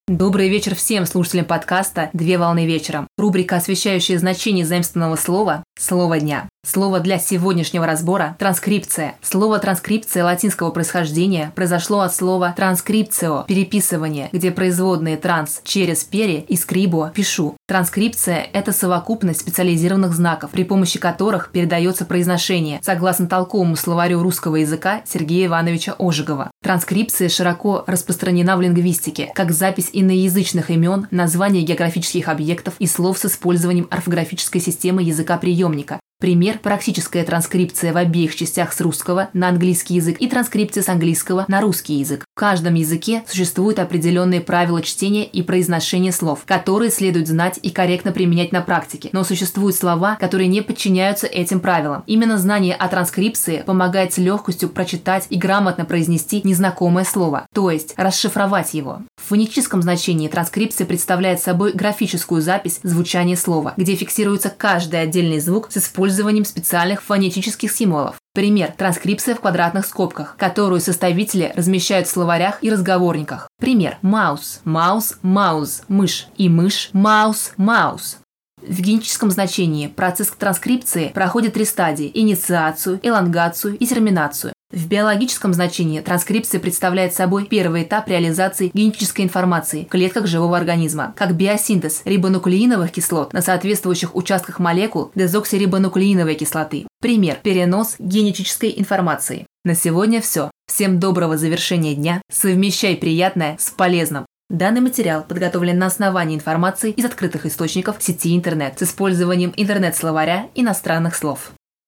Добрый вечер всем слушателям подкаста «Две волны вечером». Рубрика, освещающая значение заимствованного слова «Слово дня». Слово для сегодняшнего разбора – транскрипция. Слово транскрипция латинского происхождения произошло от слова транскрипцио – переписывание, где производные транс – через пере и скрибо – пишу. Транскрипция – это совокупность специализированных знаков, при помощи которых передается произношение, согласно толковому словарю русского языка Сергея Ивановича Ожегова. Транскрипция широко распространена в лингвистике, как запись иноязычных имен, названий географических объектов и слов с использованием орфографической системы языка-приемника. Пример – практическая транскрипция в обеих частях с русского на английский язык и транскрипция с английского на русский язык. В каждом языке существуют определенные правила чтения и произношения слов, которые следует знать и корректно применять на практике. Но существуют слова, которые не подчиняются этим правилам. Именно знание о транскрипции помогает с легкостью прочитать и грамотно произнести незнакомое слово, то есть расшифровать его. В фонетическом значении транскрипция представляет собой графическую запись звучания слова, где фиксируется каждый отдельный звук с использованием специальных фонетических символов. Пример – транскрипция в квадратных скобках, которую составители размещают в словарях и разговорниках. Пример – маус, маус, маус, мышь и мышь, маус, маус. В генетическом значении процесс транскрипции проходит 3 стадии – инициацию, элонгацию и терминацию. В биологическом значении транскрипция представляет собой первый этап реализации генетической информации в клетках живого организма, как биосинтез рибонуклеиновых кислот на соответствующих участках молекул дезоксирибонуклеиновой кислоты. Пример – перенос генетической информации. На сегодня все. Всем доброго завершения дня. Совмещай приятное с полезным. Данный материал подготовлен на основании информации из открытых источников сети интернет с использованием интернет-словаря иностранных слов.